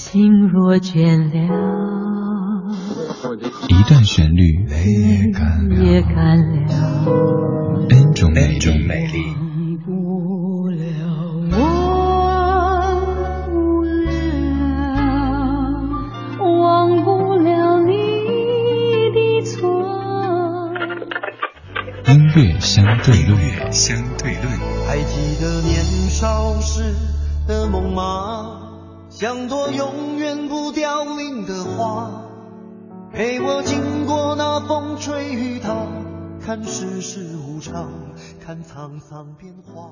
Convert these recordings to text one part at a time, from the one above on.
心若倦了， 一段旋律也干了 ，N 种美丽。 忘不了你的错。 音乐相对论， 还记得年少时的梦吗？像朵永远不凋零的花，陪我经过那风吹雨打，看世事无常，看沧桑变化。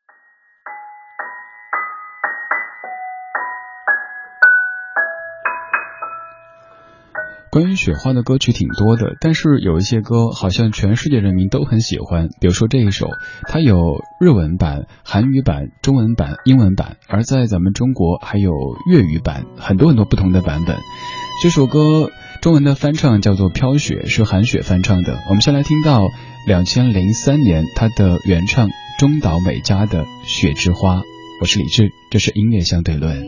关于雪花的歌曲挺多的，但是有一些歌好像全世界人民都很喜欢，比如说这一首，它有日文版、韩语版、中文版、英文版，而在咱们中国还有粤语版，很多不同的版本。这首歌中文的翻唱叫做《飘雪》，是韩雪翻唱的。我们先来听到2003年它的原唱中岛美嘉的《雪之花》。我是李志，这是音乐相对论。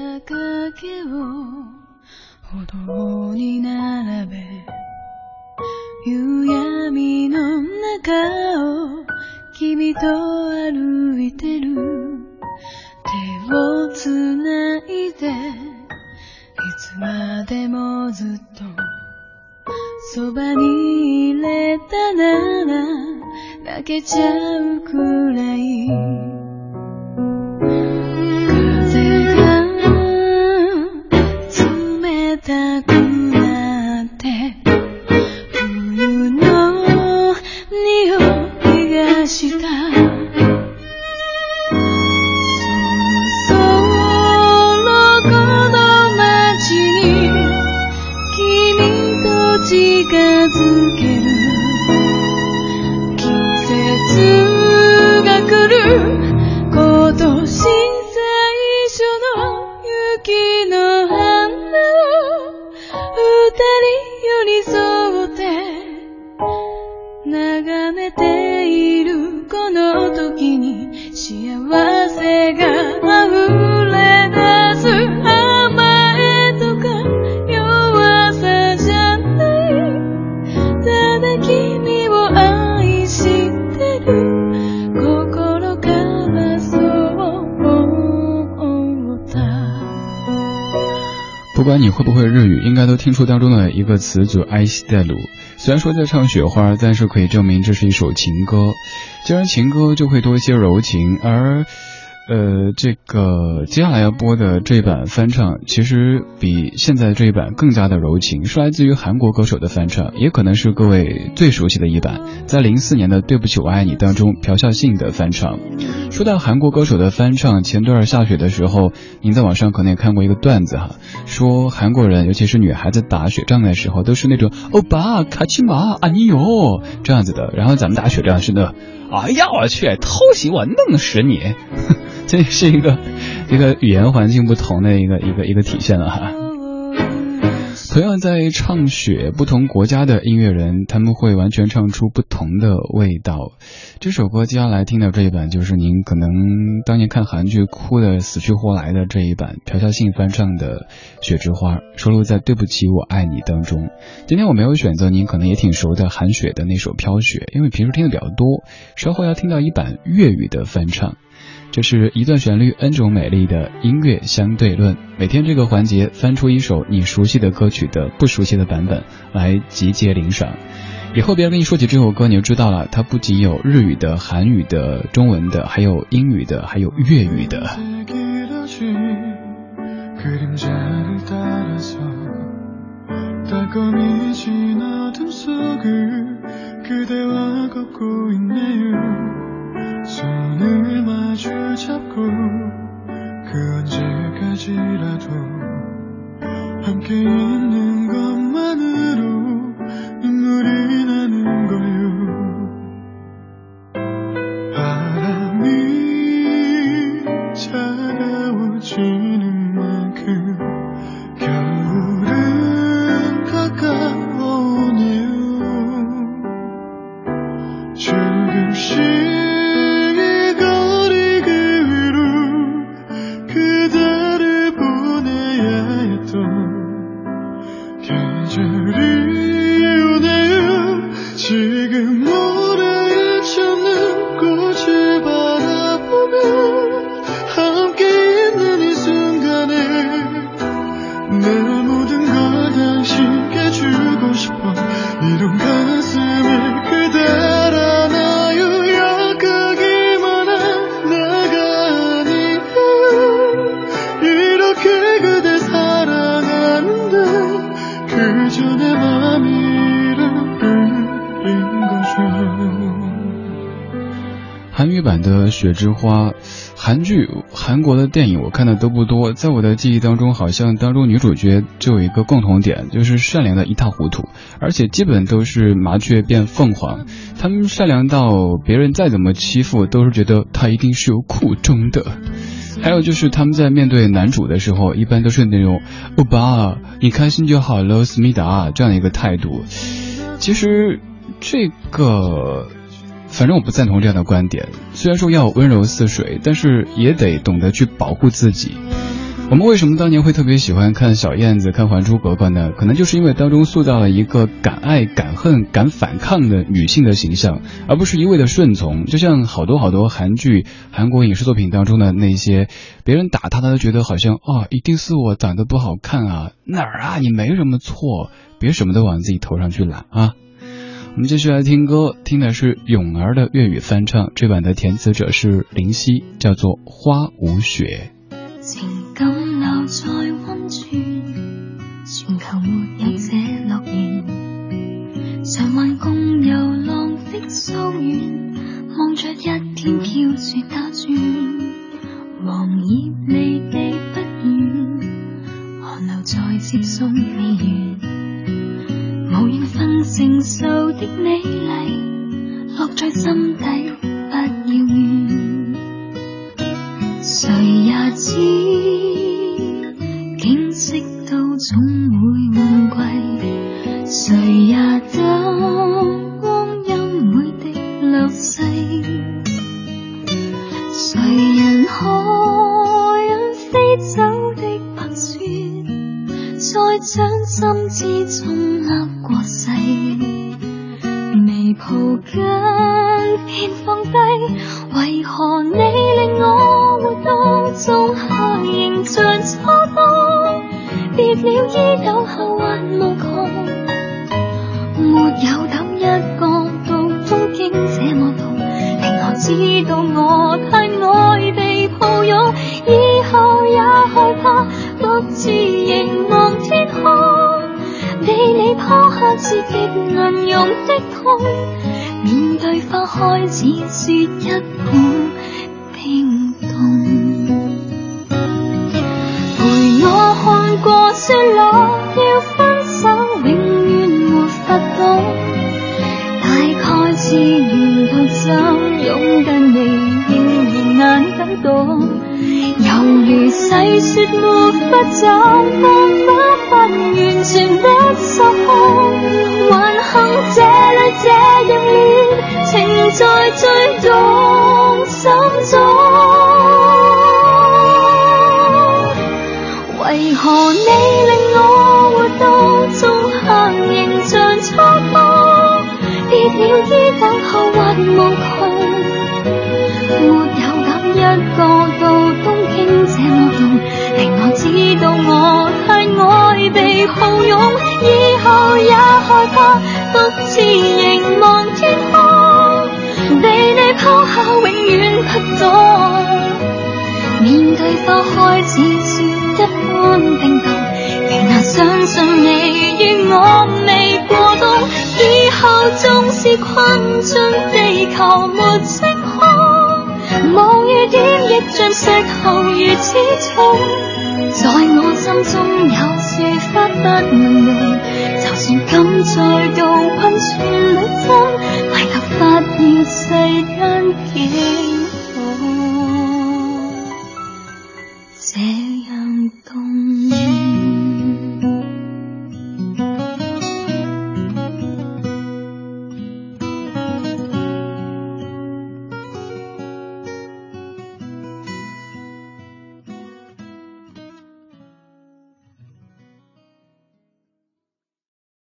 歩道に並べ夕闇の中を君と歩いてる手をつないでいつまでもずっとそばにいれたなら泣けちゃうくらい高くなって冬の匂いがしたそろこの街に君と近づける季節が来る今年最初の雪の花二人寄り添って眺めているこの時に幸せが溢れ出す甘えとか弱さじゃないただ君を愛してる心からそう思った不管你会不会日语，应该都听出当中的一个词组愛してる。虽然说在唱雪花，但是可以证明这是一首情歌。既然情歌就会多一些柔情，而这个接下来要播的这版翻唱其实比现在这一版更加的柔情，是来自于韩国歌手的翻唱，也可能是各位最熟悉的一版，在04年的对不起我爱你当中朴孝信的翻唱。说到韩国歌手的翻唱，前段下雪的时候您在网上可能也看过一个段子哈，说韩国人尤其是女孩子打雪仗的时候都是那种欧巴卡奇玛啊你哟这样子的，然后咱们打雪仗是的哎呀我去偷袭我弄死你这是一个语言环境不同的一个体现了哈。同样在唱雪，不同国家的音乐人他们会完全唱出不同的味道。这首歌接下来听到这一版就是您可能当年看韩剧哭得死去活来的这一版朴孝信翻唱的《雪之花》，收录在对不起我爱你当中。今天我没有选择您可能也挺熟的韩雪的那首《飘雪》，因为平时听的比较多，稍后要听到一版粤语的翻唱。这是一段旋律 N 种美丽的音乐相对论，每天这个环节翻出一首你熟悉的歌曲的不熟悉的版本来集结领赏。以后别人跟你说起这首歌你就知道了，它不仅有日语的、韩语的、中文的，还有英语的，还有粤语的。 그대를 보내야 的雪之花。韩剧、韩国的电影我看的都不多，在我的记忆当中，好像当中女主角就有一个共同点，就是善良的一塌糊涂，而且基本都是麻雀变凤凰。他们善良到别人再怎么欺负，都是觉得他一定是有苦衷的。还有就是他们在面对男主的时候，一般都是那种欧巴你开心就好了思密达这样的一个态度。其实这个反正我不赞同这样的观点，虽然说要温柔似水，但是也得懂得去保护自己。我们为什么当年会特别喜欢看小燕子、看还珠格格呢？可能就是因为当中塑造了一个敢爱敢恨敢反抗的女性的形象，而不是一味的顺从。就像好多韩剧、韩国影视作品当中的那些别人打她都觉得好像一定是我长得不好看啊，哪儿啊，你没什么错，别什么都往自己头上去揽啊。我们继续来听歌，听的是咏儿的粤语翻唱，这版的填词者是林夕，叫做花无雪。 情感留在温泉，全球沒有這樂園，常幻共遊浪的溯源，望着一天飄雪打轉，黃葉離地不遠，寒流在接送未完，無緣分承受的美麗，落在心底不要怨。誰也知景色都總會換季，誰也等光陰每滴流逝，誰人可讓飛走的白雪在掌心之中握過世，未抱緊便放低，為何你令我活到仲夏仍像初冬，別了衣斗後還無窮，沒有等一個到東京這麼凍，令我知道我太愛被抱擁，以後也害怕獨自凝望天空，被你拋下是極難容的痛，面對花開似雪一般冰凍，陪我看過雪落，要分手永遠沒法懂，大概自願到怎擁得你仍然眼底懂，猶如細雪沒法走，沒法完全不受控，還幸這裏這樣烈情在最動心中，為何你令我活到仲夏仍像初冬，別了衣斗後或無窮，沒有等一個到東京這麼凍，令我知道我太愛被抱擁，以後也害怕獨自凝望天空，被你拋下永遠不懂，面對花開似雪一般冰凍，仍難相信你與我未過冬，以後縱是困進地球沒星空，望雨點亦像石頭如此重，在我心中有說法不能用，就算敢再度困全力爭，為突發現世